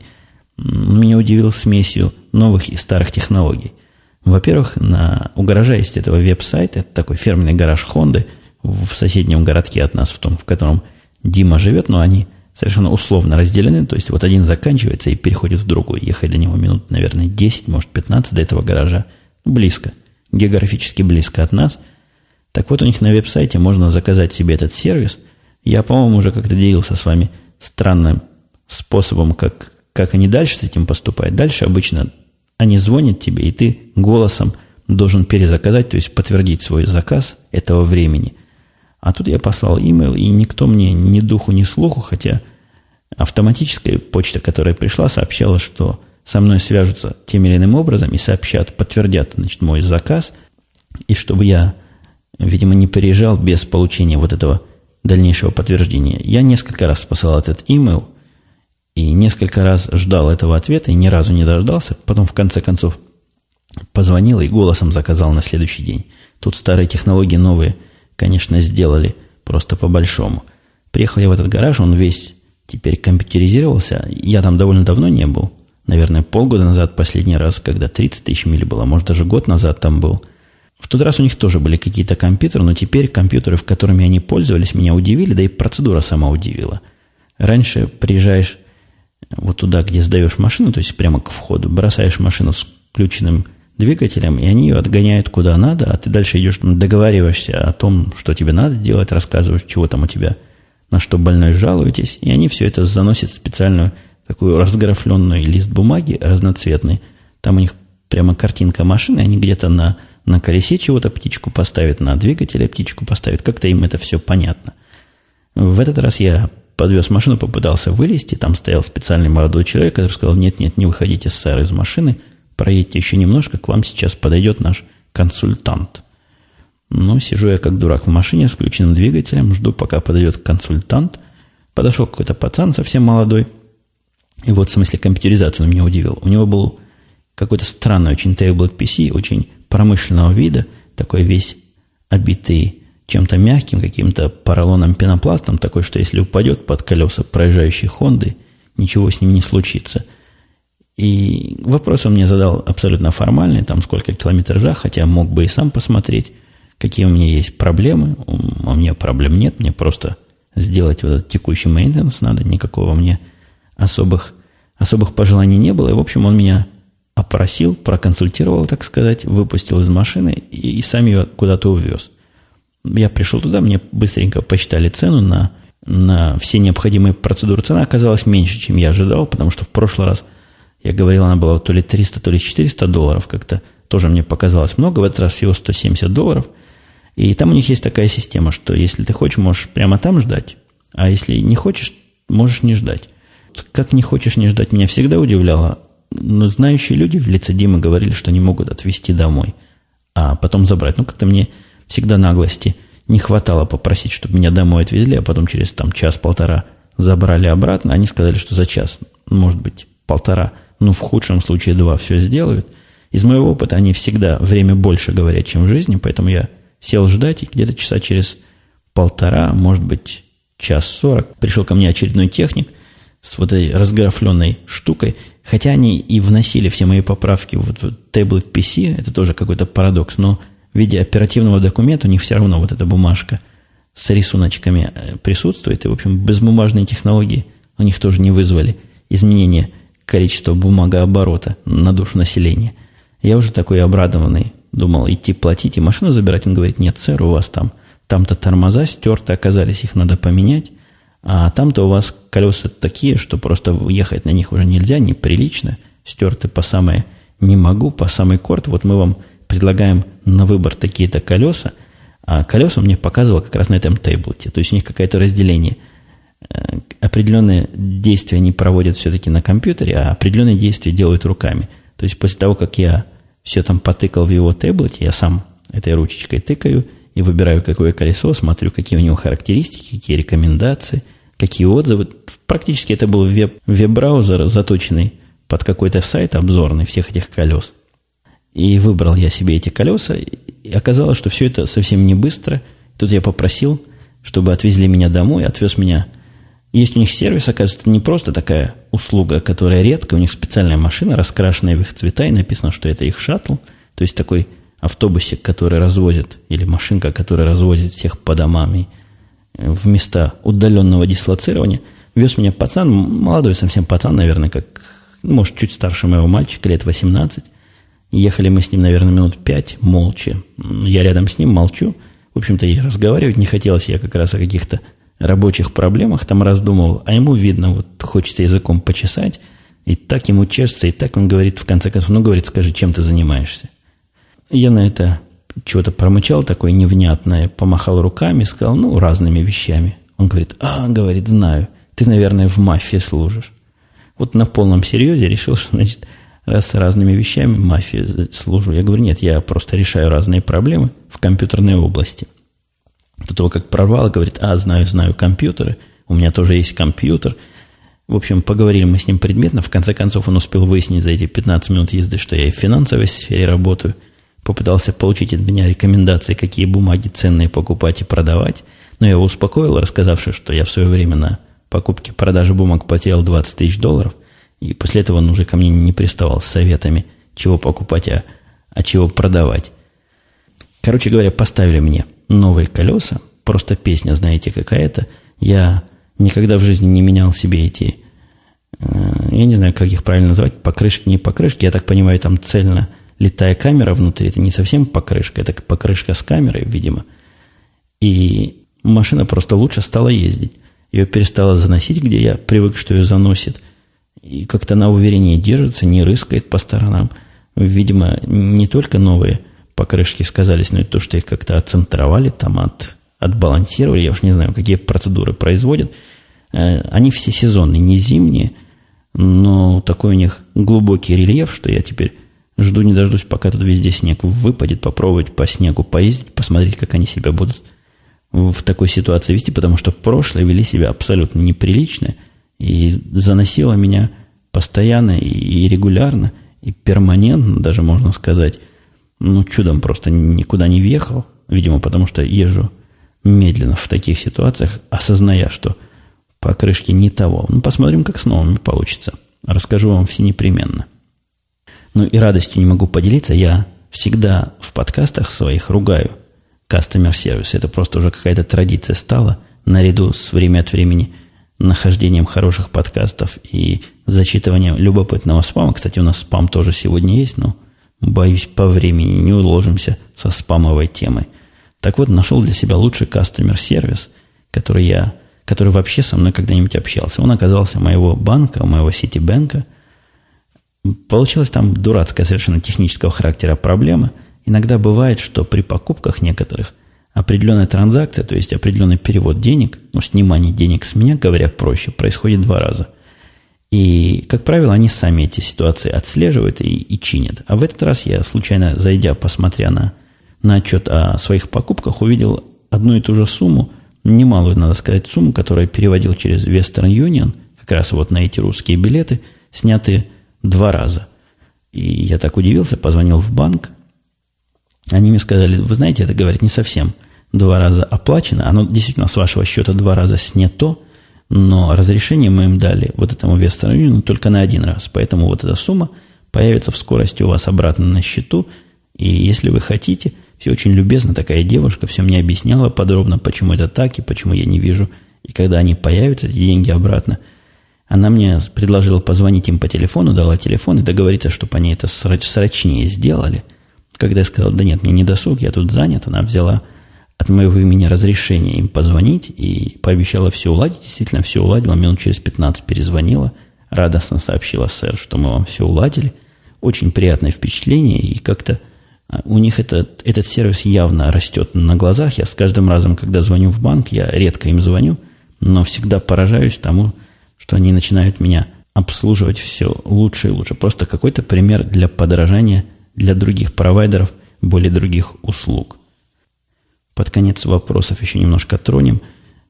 Меня удивил смесью новых и старых технологий. Во-первых, у гаража есть этого веб-сайт, это такой фирменный гараж Хонды в соседнем городке от нас, в том, в котором Дима живет, но они совершенно условно разделены, то есть вот один заканчивается и переходит в другой. Ехать до него минут, наверное, 10, может 15 до этого гаража. Близко, географически близко от нас. Так вот, у них на веб-сайте можно заказать себе этот сервис. Я, по-моему, уже как-то делился с вами странным способом, как они дальше с этим поступают. Дальше обычно они звонят тебе, и ты голосом должен перезаказать, то есть подтвердить свой заказ этого времени. А тут я послал имейл, и никто мне ни духу, ни слуху, хотя автоматическая почта, которая пришла, сообщала, что со мной свяжутся тем или иным образом и сообщат, подтвердят, значит, мой заказ, и чтобы я, видимо, не переезжал без получения вот этого дальнейшего подтверждения. Я несколько раз посылал этот имейл, и несколько раз ждал этого ответа, и ни разу не дождался. Потом, в конце концов, позвонил и голосом заказал на следующий день. Тут старые технологии новые, конечно, сделали просто по-большому. Приехал я в этот гараж, он весь теперь компьютеризировался. Я там довольно давно не был. Наверное, полгода назад последний раз, когда 30 тысяч миль было. Может, даже год назад там был. В тот раз у них тоже были какие-то компьютеры, но теперь компьютеры, в которыми они пользовались, меня удивили, да и процедура сама удивила. Раньше приезжаешь вот туда, где сдаешь машину, то есть прямо к входу, бросаешь машину с включенным двигателем, и они ее отгоняют куда надо, а ты дальше идешь, договариваешься о том, что тебе надо делать, рассказываешь, чего там у тебя, на что больной жалуетесь, и они все это заносят в специальную такую разграфленную лист бумаги разноцветный. Там у них прямо картинка машины, они где-то на колесе чего-то птичку поставят, на двигателе птичку поставят, как-то им это все понятно. В этот раз я подвез машину, попытался вылезти, там стоял специальный молодой человек, который сказал, нет, не выходите, сэр, из машины, проедьте еще немножко, к вам сейчас подойдет наш консультант. Ну, сижу я как дурак в машине с включенным двигателем, жду, пока подойдет консультант. Подошел какой-то пацан совсем молодой, и вот в смысле компьютеризации он меня удивил. У него был какой-то странный очень таблет PC, очень промышленного вида, такой весь обитый чем-то мягким, каким-то поролоном пенопластом, такой, что если упадет под колеса проезжающей Хонды, ничего с ним не случится. И вопрос он мне задал абсолютно формальный, там сколько километража, хотя мог бы и сам посмотреть, какие у меня есть проблемы. У меня проблем нет, мне просто сделать вот этот текущий мейнтенанс надо, никакого мне особых пожеланий не было. И, в общем, он меня опросил, проконсультировал, так сказать, выпустил из машины и сам ее куда-то увез. я пришел туда, мне быстренько посчитали цену на все необходимые процедуры. Цена оказалась меньше, чем я ожидал, потому что в прошлый раз, я говорил, она была то ли 300, то ли 400 долларов, как-то тоже мне показалось много, в этот раз всего 170 долларов. И там у них есть такая система, что если ты хочешь, можешь прямо там ждать, а если не хочешь, можешь не ждать. Как не хочешь не ждать, меня всегда удивляло. Но знающие люди в лице Димы говорили, что не могут отвезти домой, а потом забрать. Ну, как-то мне всегда наглости не хватало попросить, чтобы меня домой отвезли, а потом через час-полтора забрали обратно. Они сказали, что за час, может быть, полтора, ну, в худшем случае 2 все сделают. Из моего опыта они всегда время больше говорят, чем в жизни, поэтому я сел ждать, и где-то часа через полтора, может быть, 1:40, пришел ко мне очередной техник с вот этой разграфленной штукой, хотя они и вносили все мои поправки в Tablet PC, это тоже какой-то парадокс, но в виде оперативного документа у них все равно вот эта бумажка с рисуночками присутствует, и, в общем, безбумажные технологии у них тоже не вызвали изменения количества бумагооборота на душу населения. Я уже такой обрадованный, думал идти платить и машину забирать. Он говорит: нет, сэр, у вас там-то тормоза стерты оказались, их надо поменять, а там-то у вас колеса такие, что просто ехать на них уже нельзя, неприлично, стерты по самое не могу, по самый корт. Вот мы вам предлагаем на выбор такие-то колеса, а колеса мне показывало как раз на этом таблете. То есть у них какое-то разделение. Определенные действия они проводят все-таки на компьютере, а определенные действия делают руками. То есть после того, как я все там потыкал в его таблете, я сам этой ручечкой тыкаю и выбираю, какое колесо, смотрю, какие у него характеристики, какие рекомендации, какие отзывы. Практически это был веб-браузер, заточенный под какой-то сайт обзорный всех этих колес. И выбрал я себе эти колеса, и оказалось, что все это совсем не быстро. Тут я попросил, чтобы отвезли меня домой, отвез меня. Есть у них сервис, оказывается, это не просто такая услуга, которая редкая. У них специальная машина, раскрашенная в их цвета, и написано, что это их шаттл. То есть такой автобусик, который развозит, или машинка, которая развозит всех по домам и в места удаленного дислоцирования. Вез меня пацан, молодой совсем пацан, наверное, как, может, чуть старше моего мальчика, лет 18. Ехали мы с ним, наверное, минут 5, молча. Я рядом с ним молчу. В общем-то, и разговаривать не хотелось. Я как раз о каких-то рабочих проблемах там раздумывал, а ему видно, вот хочется языком почесать, и так ему чешется, и так он говорит, в конце концов, ну, говорит, скажи, чем ты занимаешься? Я на это чего-то промычал такое невнятное, помахал руками, сказал, ну, разными вещами. Он говорит, говорит, знаю, ты, наверное, в мафии служишь. Вот на полном серьезе решил, что, значит, раз с разными вещами мафии служу. Я говорю, нет, я просто решаю разные проблемы в компьютерной области. До того, как прорвал, говорит, знаю компьютеры, у меня тоже есть компьютер. В общем, поговорили мы с ним предметно. В конце концов, он успел выяснить за эти 15 минут езды, что я и в финансовой сфере работаю. Попытался получить от меня рекомендации, какие бумаги ценные покупать и продавать. Но я его успокоил, рассказавши, что я в свое время на покупке продаже бумаг потерял 20 тысяч долларов. И после этого он уже ко мне не приставал с советами, чего покупать, а чего продавать. Короче говоря, поставили мне новые колеса. Просто песня, знаете, какая-то. Я никогда в жизни не менял себе эти, я не знаю, как их правильно называть, покрышки, не покрышки. Я так понимаю, там цельно литая камера внутри. Это не совсем покрышка, это покрышка с камерой, видимо. И машина просто лучше стала ездить. Ее перестала заносить, где я привык, что ее заносит. И как-то она увереннее держится, не рыскает по сторонам. Видимо, не только новые покрышки сказались, но и то, что их как-то отцентровали, там отбалансировали. Я уж не знаю, какие процедуры производят. Они все сезонные, не зимние, но такой у них глубокий рельеф, что я теперь жду не дождусь, пока тут везде снег выпадет, попробовать по снегу поездить, посмотреть, как они себя будут в такой ситуации вести, потому что в прошлое вели себя абсолютно неприлично и заносило меня постоянно и регулярно, и перманентно, даже можно сказать. Ну, чудом просто никуда не въехал, видимо, потому что езжу медленно в таких ситуациях, осозная, что покрышки не того. Ну, посмотрим, как с новыми получится. Расскажу вам все непременно. Ну, и радостью не могу поделиться. Я всегда в подкастах своих ругаю customer service. Это просто уже какая-то традиция стала, наряду с время от времени нахождением хороших подкастов и зачитыванием любопытного спама. Кстати, у нас спам тоже сегодня есть, но боюсь, по времени не уложимся со спамовой темой. Так вот, нашел для себя лучший кастомер-сервис, который вообще со мной когда-нибудь общался. Он оказался моего банка, моего Ситибэнка. Получилась там дурацкая совершенно технического характера проблема. Иногда бывает, что при покупках некоторых определенная транзакция, то есть определенный перевод денег, снимание денег с меня, говоря проще, происходит 2 раза. И, как правило, они сами эти ситуации отслеживают и чинят. А в этот раз я, случайно зайдя, посмотря на отчет о своих покупках, увидел одну и ту же сумму, немалую, надо сказать, сумму, которую я переводил через Western Union, как раз вот на эти русские билеты, снятые 2 раза. И я так удивился, позвонил в банк. Они мне сказали, вы знаете, это, говорит, не совсем 2 раза оплачено, оно действительно с вашего счета 2 раза снято, но разрешение мы им дали вот этому Western Union только на 1 раз. Поэтому вот эта сумма появится в скорости у вас обратно на счету. И если вы хотите, все очень любезно, такая девушка все мне объясняла подробно, почему это так и почему я не вижу. И когда они появятся, эти деньги обратно, она мне предложила позвонить им по телефону, дала телефон и договориться, чтобы они это срочнее сделали. Когда я сказал, да нет, мне не досуг, я тут занят, она взяла от моего имени разрешение им позвонить и пообещала все уладить. Действительно, все уладила. Минут через 15 перезвонила. Радостно сообщила, сэр, что мы вам все уладили. Очень приятное впечатление. И как-то у них этот сервис явно растет на глазах. Я с каждым разом, когда звоню в банк, я редко им звоню, но всегда поражаюсь тому, что они начинают меня обслуживать все лучше и лучше. Просто какой-то пример для подражания для других провайдеров, более других услуг. Под конец вопросов еще немножко тронем.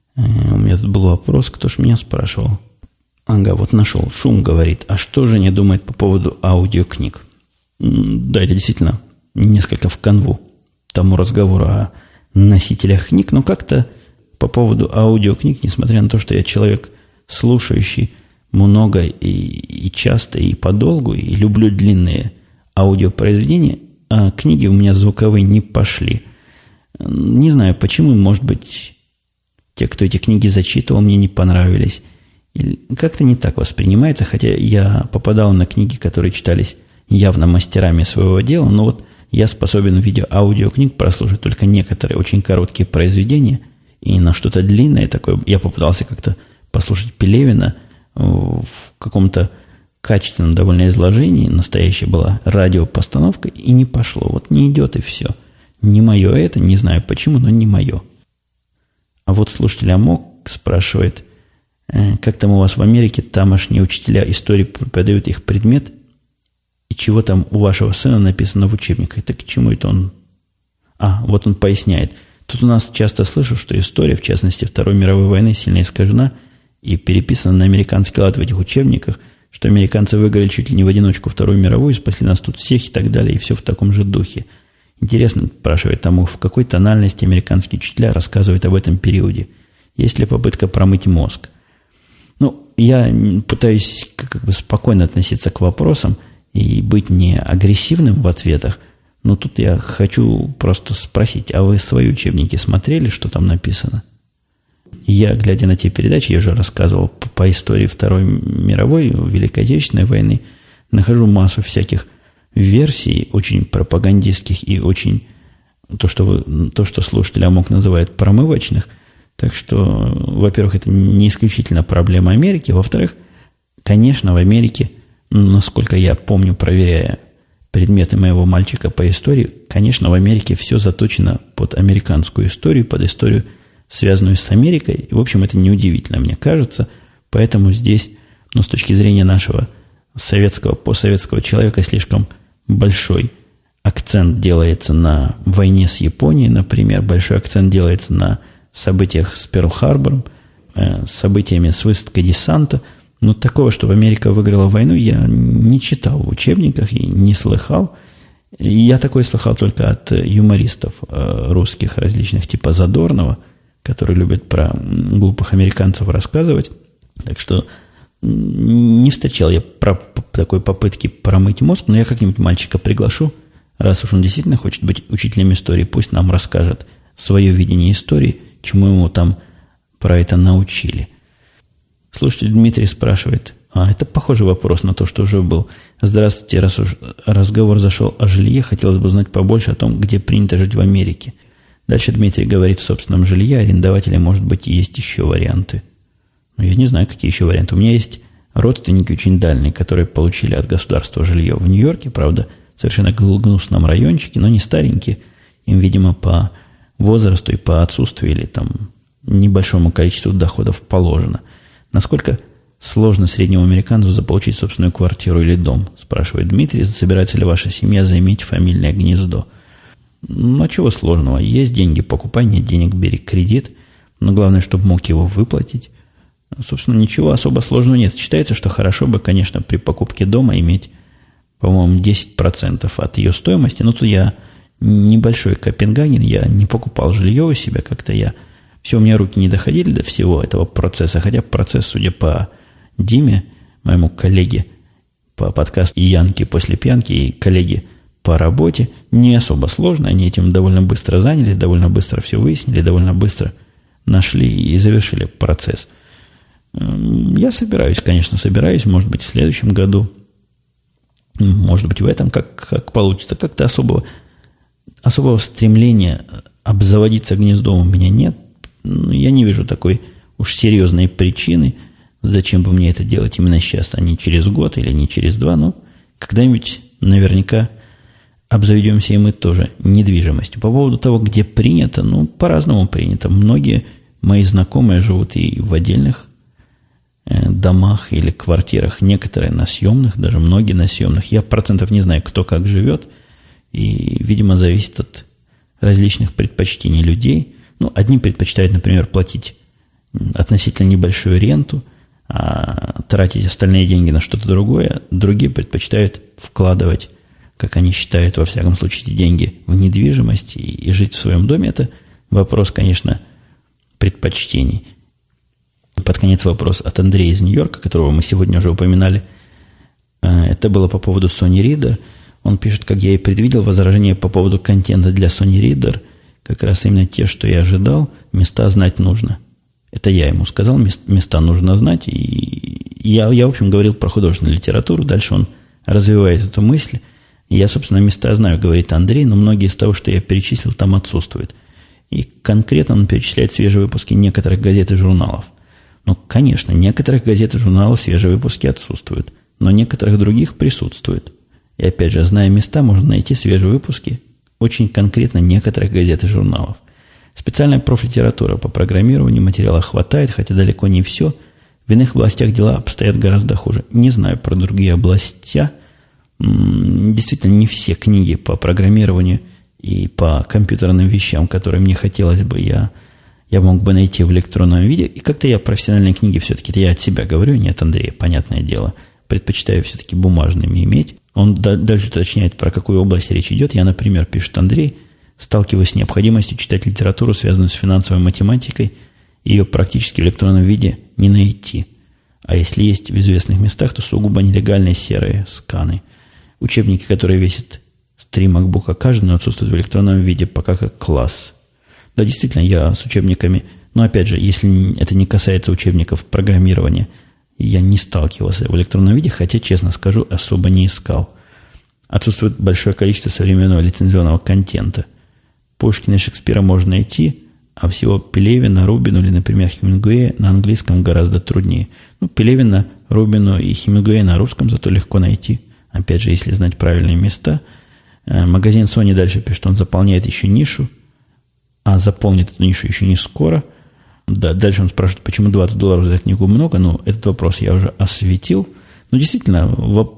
У меня тут был вопрос, кто ж меня спрашивал. Ага, вот нашел. Шум говорит. А что Женя думает по поводу аудиокниг? Да, это действительно несколько в канву тому разговору о носителях книг. Но как-то по поводу аудиокниг, несмотря на то, что я человек, слушающий много и часто, и подолгу, и люблю длинные аудиопроизведения, а книги у меня звуковые не пошли. Не знаю, почему, может быть, те, кто эти книги зачитывал, мне не понравились. Или как-то не так воспринимается, хотя я попадал на книги, которые читались явно мастерами своего дела, но вот я способен в виде аудиокниг прослушать только некоторые очень короткие произведения, и на что-то длинное такое. Я попытался как-то послушать Пелевина в каком-то качественном довольно изложении, настоящая была радиопостановка, и не пошло. Вот не идет, и все. Не мое это, не знаю почему, но не мое. А вот слушатель Амок спрашивает, как там у вас в Америке тамошние учителя истории преподают их предмет, и чего там у вашего сына написано в учебниках? Это к чему это он? Вот он поясняет. Тут у нас часто слышу, что история, в частности Второй мировой войны, сильно искажена и переписана на американский лад в этих учебниках, что американцы выиграли чуть ли не в одиночку Вторую мировую, спасли нас тут всех и так далее, и все в таком же духе. Интересно, спрашивает тому, в какой тональности американские учителя рассказывают об этом периоде. Есть ли попытка промыть мозг? Я пытаюсь как бы спокойно относиться к вопросам и быть не агрессивным в ответах, но тут я хочу просто спросить, а вы свои учебники смотрели, что там написано? Я, глядя на те передачи, я уже рассказывал по истории Второй мировой, Великой Отечественной войны, нахожу массу всяких версий, очень пропагандистских и очень, то, что слушатель Амок называет промывочных. Так что, во-первых, это не исключительно проблема Америки. Во-вторых, конечно, в Америке, насколько я помню, проверяя предметы моего мальчика по истории, конечно, в Америке все заточено под американскую историю, под историю, связанную с Америкой. И, в общем, это неудивительно, мне кажется. Поэтому здесь, с точки зрения нашего постсоветского человека, слишком большой акцент делается на войне с Японией, например. Большой акцент делается на событиях с Перл-Харбором, событиями с высадкой десанта. Но такого, чтобы Америка выиграла войну, я не читал в учебниках и не слыхал. Я такое слыхал только от юмористов русских различных, типа Задорнова, которые любят про глупых американцев рассказывать. Так что не встречал я такой попытки промыть мозг, но я как-нибудь мальчика приглашу, раз уж он действительно хочет быть учителем истории, пусть нам расскажет свое видение истории, чему ему там про это научили. Слушатель Дмитрий спрашивает, это похожий вопрос на то, что уже был. Здравствуйте, раз уж разговор зашел о жилье, хотелось бы узнать побольше о том, где принято жить в Америке. Дальше Дмитрий говорит, в собственном жилье арендователя, может быть, есть еще варианты. Но я не знаю, какие еще варианты. У меня есть родственники очень дальние, которые получили от государства жилье в Нью-Йорке, правда, в совершенно гнусном райончике, но не старенькие. Им, видимо, по возрасту и по отсутствию или там небольшому количеству доходов положено. Насколько сложно среднему американцу заполучить собственную квартиру или дом, спрашивает Дмитрий. Собирается ли ваша семья заиметь фамильное гнездо? Ну, а чего сложного? Есть деньги, покупай, нет денег, бери кредит. Но главное, чтобы мог его выплатить. Собственно, ничего особо сложного нет. Считается, что хорошо бы, конечно, при покупке дома иметь, по-моему, 10% от ее стоимости. Но тут я небольшой Копенгаген, я не покупал жилье у себя, как-то все, у меня руки не доходили до всего этого процесса. Хотя процесс, судя по Диме, моему коллеге по подкасту «Янки после пьянки» и коллеге по работе, не особо сложно. Они этим довольно быстро занялись, довольно быстро все выяснили, довольно быстро нашли и завершили процесс. Я собираюсь, конечно, может быть, в следующем году, может быть, в этом, как получится. Как-то особого стремления обзаводиться гнездом у меня нет. Я не вижу такой уж серьезной причины, зачем бы мне это делать именно сейчас, а не через год или не через 2. Но когда-нибудь наверняка обзаведемся и мы тоже недвижимостью. По поводу того, где принято, по-разному принято. Многие мои знакомые живут и в отдельных домах или квартирах, некоторые на съемных, даже многие на съемных. Я процентов не знаю, кто как живет, и, видимо, зависит от различных предпочтений людей. Одни предпочитают, например, платить относительно небольшую ренту, а тратить остальные деньги на что-то другое. Другие предпочитают вкладывать, как они считают, во всяком случае, эти деньги в недвижимость и жить в своем доме. Это вопрос, конечно, предпочтений. Под конец вопрос от Андрея из Нью-Йорка, которого мы сегодня уже упоминали. Это было по поводу Sony Reader. Он пишет, как я и предвидел, возражения по поводу контента для Sony Reader как раз именно те, что я ожидал. Места знать нужно. Это я ему сказал, места нужно знать. И я, в общем, говорил про художественную литературу. Дальше он развивает эту мысль. И я, собственно, места знаю, говорит Андрей, но многие из того, что я перечислил, там отсутствуют. И конкретно он перечисляет свежие выпуски некоторых газет и журналов. Конечно, некоторых газет и журналов свежие выпуски отсутствуют, но некоторых других присутствуют. И опять же, зная места, можно найти свежие выпуски очень конкретно некоторых газет и журналов. Специальная профлитература по программированию материала хватает, хотя далеко не все. В иных областях дела обстоят гораздо хуже. Не знаю про другие области. Действительно, не все книги по программированию и по компьютерным вещам, которые мне хотелось бы, я мог бы найти в электронном виде. И как-то я профессиональные книги все-таки, это я от себя говорю, не от Андрея, понятное дело, предпочитаю все-таки бумажными иметь. Он дальше уточняет, про какую область речь идет. Я, например, пишет Андрей, сталкиваюсь с необходимостью читать литературу, связанную с финансовой математикой, ее практически в электронном виде не найти. А если есть в известных местах, то сугубо нелегальные серые сканы. Учебники, которые весят 3 макбука каждый, но отсутствуют в электронном виде пока как класс. Да, действительно, я с учебниками, но опять же, если это не касается учебников программирования, я не сталкивался в электронном виде, хотя, честно скажу, особо не искал. Отсутствует большое количество современного лицензионного контента. Пушкина и Шекспира можно найти, а всего Пелевина, Рубину или, например, Хемингуэя на английском гораздо труднее. Пелевина, Рубину и Хемингуэя на русском зато легко найти. Опять же, если знать правильные места. Магазин Sony дальше пишет, он заполняет еще нишу, а заполнит эту нишу еще не скоро. Да, дальше он спрашивает, почему $20 за книгу много. Этот вопрос я уже осветил. Действительно,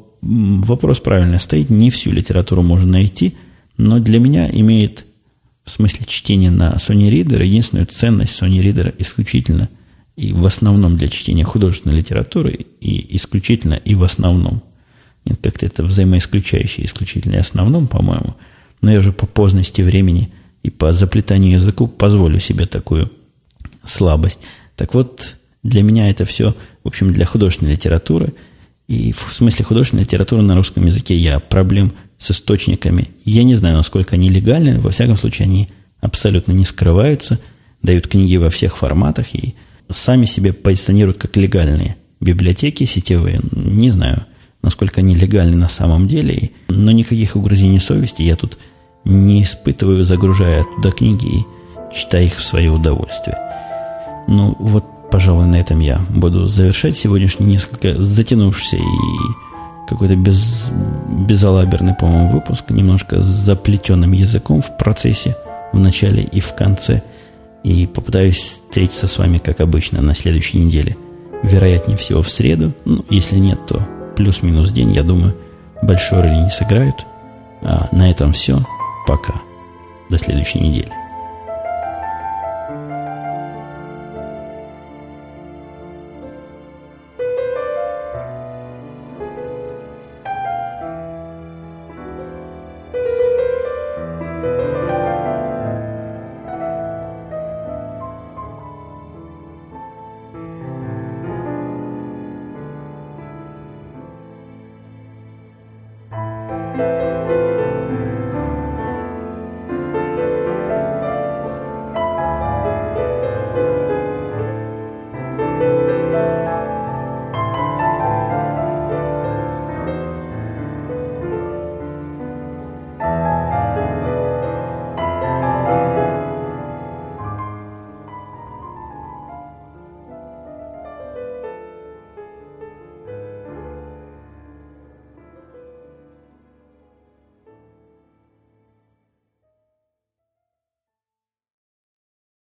вопрос правильно стоит. Не всю литературу можно найти, но для меня имеет, в смысле чтения на Sony Reader, единственную ценность Sony Reader исключительно и в основном для чтения художественной литературы, и исключительно и в основном. Нет, как-то это взаимоисключающее, исключительно и основном, по-моему. Но я уже по поздности времени и по заплетанию языку позволю себе такую слабость. Так вот, для меня это все, в общем, для художественной литературы. И в смысле художественной литературы на русском языке я проблем с источниками. Я не знаю, насколько они легальны. Во всяком случае, они абсолютно не скрываются. Дают книги во всех форматах и сами себе позиционируют как легальные библиотеки сетевые. Не знаю, насколько они легальны на самом деле. Но никаких угрызений совести я тут не испытываю, загружая туда книги читай их в свое удовольствие. Ну, вот, пожалуй, на этом я буду завершать сегодняшний несколько затянувшийся и какой-то безалаберный, по-моему, выпуск, немножко с заплетенным языком в процессе, в начале и в конце. И попытаюсь встретиться с вами, как обычно, на следующей неделе. Вероятнее всего в среду. Ну, если нет, то плюс-минус день, я думаю, большой роли не сыграют. А на этом все. Пока. До следующей недели.